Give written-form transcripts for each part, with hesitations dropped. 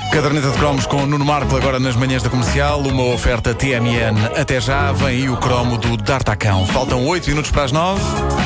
Caderneta de cromos com Nuno Marco agora nas manhãs da Comercial. Uma oferta TMN. Até já vem aí o cromo do D'Artacão. Faltam 8 minutos para as 9.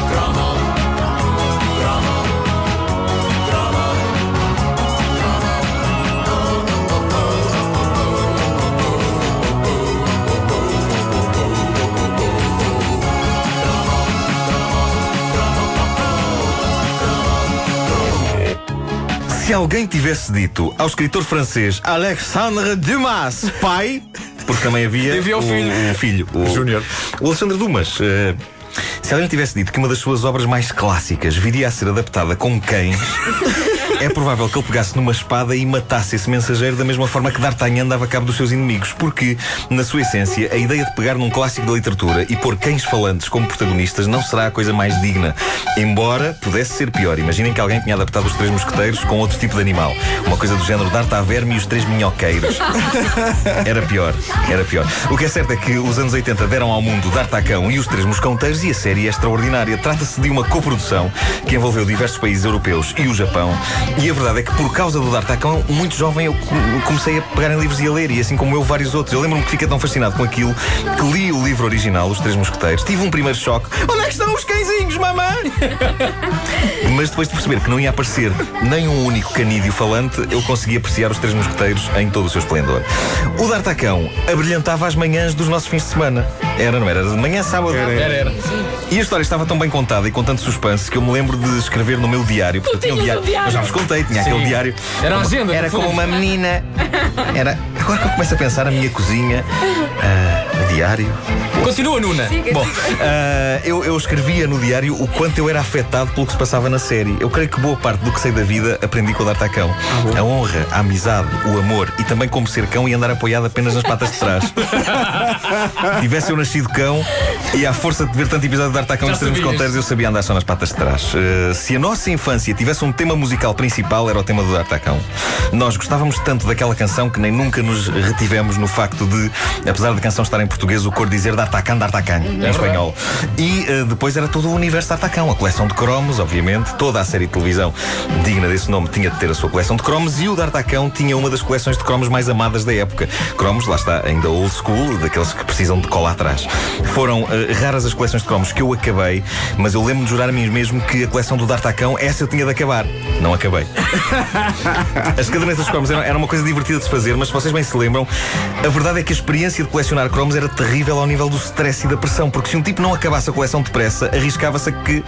Se alguém tivesse dito ao escritor francês Alexandre Dumas, pai, porque também havia o filho, o Júnior, o Alexandre Dumas, se alguém tivesse dito que uma das suas obras mais clássicas viria a ser adaptada com cães, é provável que ele pegasse numa espada e matasse esse mensageiro da mesma forma que D'Artagnan dava cabo dos seus inimigos, porque, na sua essência, a ideia de pegar num clássico da literatura e pôr cães falantes como protagonistas não será a coisa mais digna, embora pudesse ser pior. Imaginem que alguém tinha adaptado os Três Mosqueteiros com outro tipo de animal, uma coisa do género D'Artaverme e os Três Minhoqueiros. Era pior. O que é certo é que os anos 80 deram ao mundo D'Artacão e os Três Mosqueteiros, e a série é extraordinária. Trata-se de uma coprodução que envolveu diversos países europeus e o Japão. E a verdade é que, por causa do D'Artacão, muito jovem eu comecei a pegar em livros e a ler, e assim como eu, vários outros. Eu lembro-me que fiquei tão fascinado com aquilo que li o livro original, Os Três Mosqueteiros. Tive um primeiro choque. Onde é que estão os cãezinhos, mamãe? Mas depois de perceber que não ia aparecer nem um único canídeo falante, eu consegui apreciar os Três Mosqueteiros em todo o seu esplendor. O D'Artacão abrilhantava as manhãs dos nossos fins de semana. Era, não era? Era de manhã, sábado? Era. E a história estava tão bem contada e com tanto suspense que eu me lembro de escrever no meu diário. Porque eu tinha um diário. Eu já vos contei, tinha aquele diário. Era a agenda. Era como uma menina. Era. Agora que eu começo a pensar, a minha cozinha, o diário. Continua, Nuna. Bom, eu escrevia no diário o quanto eu era afetado pelo que se passava na série. Eu creio que boa parte do que sei da vida aprendi com o D'Artacão. A honra, a amizade, o amor e também como ser cão e andar apoiado apenas nas patas de trás. Tivesse eu nascido cão e à força de ver tanto episódio de D'Artacão e Os Três Mosqueteiros, eu sabia andar só nas patas de trás. Se a nossa infância tivesse um tema musical principal, era o tema do D'Artacão. Nós gostávamos tanto daquela canção que nem nunca nos retivemos no facto de, apesar da canção estar em português, o cor dizer D'Artacán, em espanhol. E depois era todo o universo D'Artacão, a coleção de cromos, obviamente. Toda a série de televisão digna desse nome tinha de ter a sua coleção de cromos, e o D'Artacão tinha uma das coleções de cromos mais amadas da época. Cromos, lá está, ainda old school, daqueles que precisam de cola atrás. Foram raras as coleções de cromos que eu acabei, mas eu lembro-me de jurar a mim mesmo que a coleção do D'Artacão, essa eu tinha de acabar. Não acabei. As cadernetas de cromos eram uma coisa divertida de se fazer, mas se vocês bem se lembram, a verdade é que a experiência de colecionar cromos era terrível ao nível do stress e da pressão, porque se um tipo não acabasse a coleção depressa, arriscava-se a que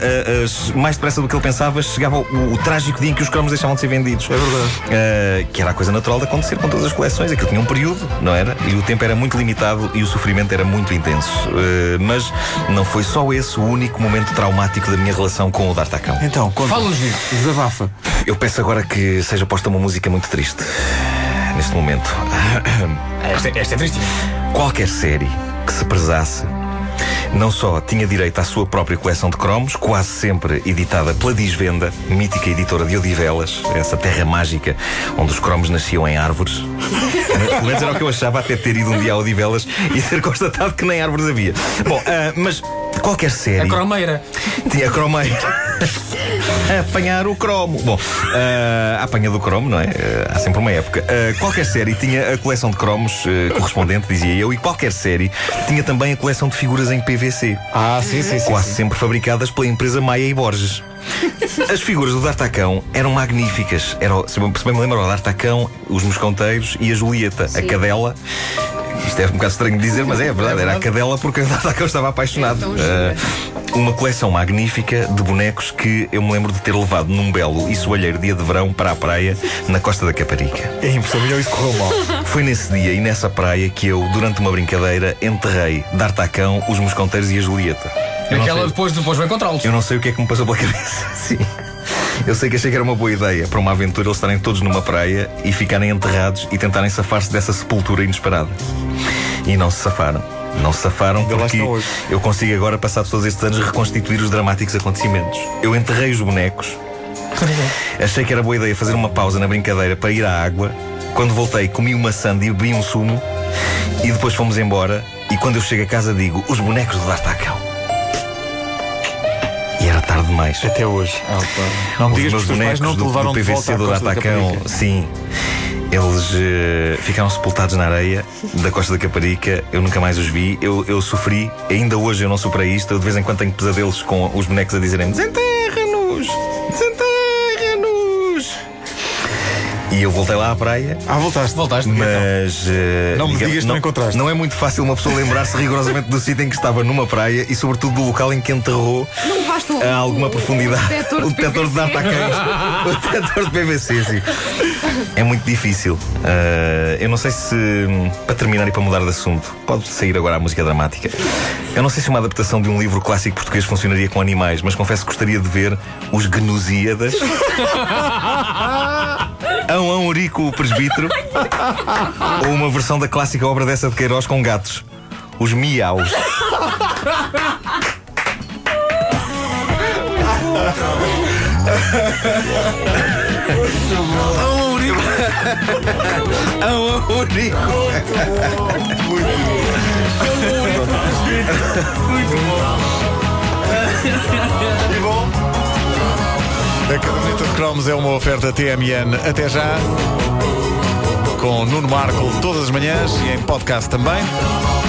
mais depressa do que ele pensava chegava o trágico dia em que os cromos deixavam de ser vendidos. É verdade. Que era a coisa natural de acontecer com todas as coleções. Aquilo tinha um período, não era? E o tempo era muito limitado e o sofrimento era muito intenso. Mas não foi só esse o único momento traumático da minha relação com o D'Artacão. Então, Fala-nos disso. Desabafa. Eu peço agora que seja posta uma música muito triste neste momento. Esta é triste. Qualquer série que se prezasse não só tinha direito à sua própria coleção de cromos, quase sempre editada pela Disvenda, mítica editora de Odivelas, essa terra mágica onde os cromos nasciam em árvores. Pelo menos era o que eu achava, até ter ido um dia a Odivelas e ter constatado que nem árvores havia. Bom, mas qualquer série... A cromeira. Tinha a cromeira. Apanhar o cromo. Bom, a apanha do cromo, não é? Há sempre uma época. Qualquer série tinha a coleção de cromos correspondente, dizia eu, e qualquer série tinha também a coleção de figuras em PVC. Sim. Quase sempre fabricadas pela empresa Maia e Borges. As figuras do D'Artacão eram magníficas. Se bem me lembro, o D'Artacão, os Mosconteiros e a Julieta, a cadela. Isto é um bocado estranho de dizer, mas é verdade. Era a cadela porque o D'Artacão estava apaixonado. Uma coleção magnífica de bonecos que eu me lembro de ter levado num belo e soalheiro dia de verão para a praia na Costa da Caparica. É impossível, isso correu mal. Foi nesse dia e nessa praia que eu, durante uma brincadeira, enterrei D'Artacão, os Mosconteiros e a Julieta. Aquela depois vou encontrá-los. Eu não sei o que é que me passou pela cabeça. Sim. Eu sei que achei que era uma boa ideia para uma aventura eles estarem todos numa praia e ficarem enterrados e tentarem safar-se dessa sepultura inesperada. E não se safaram. Não se safaram porque eu consigo agora, passados todos estes anos, reconstituir os dramáticos acontecimentos. Eu enterrei os bonecos. Achei que era boa ideia fazer uma pausa na brincadeira para ir à água. Quando voltei, comi uma sanda e bebi um sumo. E depois fomos embora. E quando eu chego a casa digo, os bonecos do D'Artacão. E era tarde demais. Até hoje. Não me digas que os teus pais não te levaram do PVC do D'Artacão. Sim. Eles ficaram sepultados na areia da Costa da Caparica. Eu nunca mais os vi. Eu sofri. Ainda hoje eu não superei isto. Eu de vez em quando tenho pesadelos com os bonecos a dizerem: desenterra-nos! Desenterra-nos! E eu voltei lá à praia. Voltaste. Mas não me digas que não encontraste. Não é muito fácil uma pessoa lembrar-se rigorosamente do sítio em que estava numa praia e sobretudo do local em que enterrou a alguma profundidade o detector de D'Artacães. O detector de PVC, sim. É muito difícil. Eu não sei se, para terminar e para mudar de assunto, pode sair agora a música dramática. Eu não sei se uma adaptação de um livro clássico português funcionaria com animais, mas confesso que gostaria de ver os Gnusíadas. Ão Eurico o Presbítero. Ou uma versão da clássica obra dessa de Queiroz com gatos, os Miaus. Ão Eurico. Muito bom. E bom. A caderneta de cromos é uma oferta TMN. Até já. Com Nuno Marco todas as manhãs e em podcast também.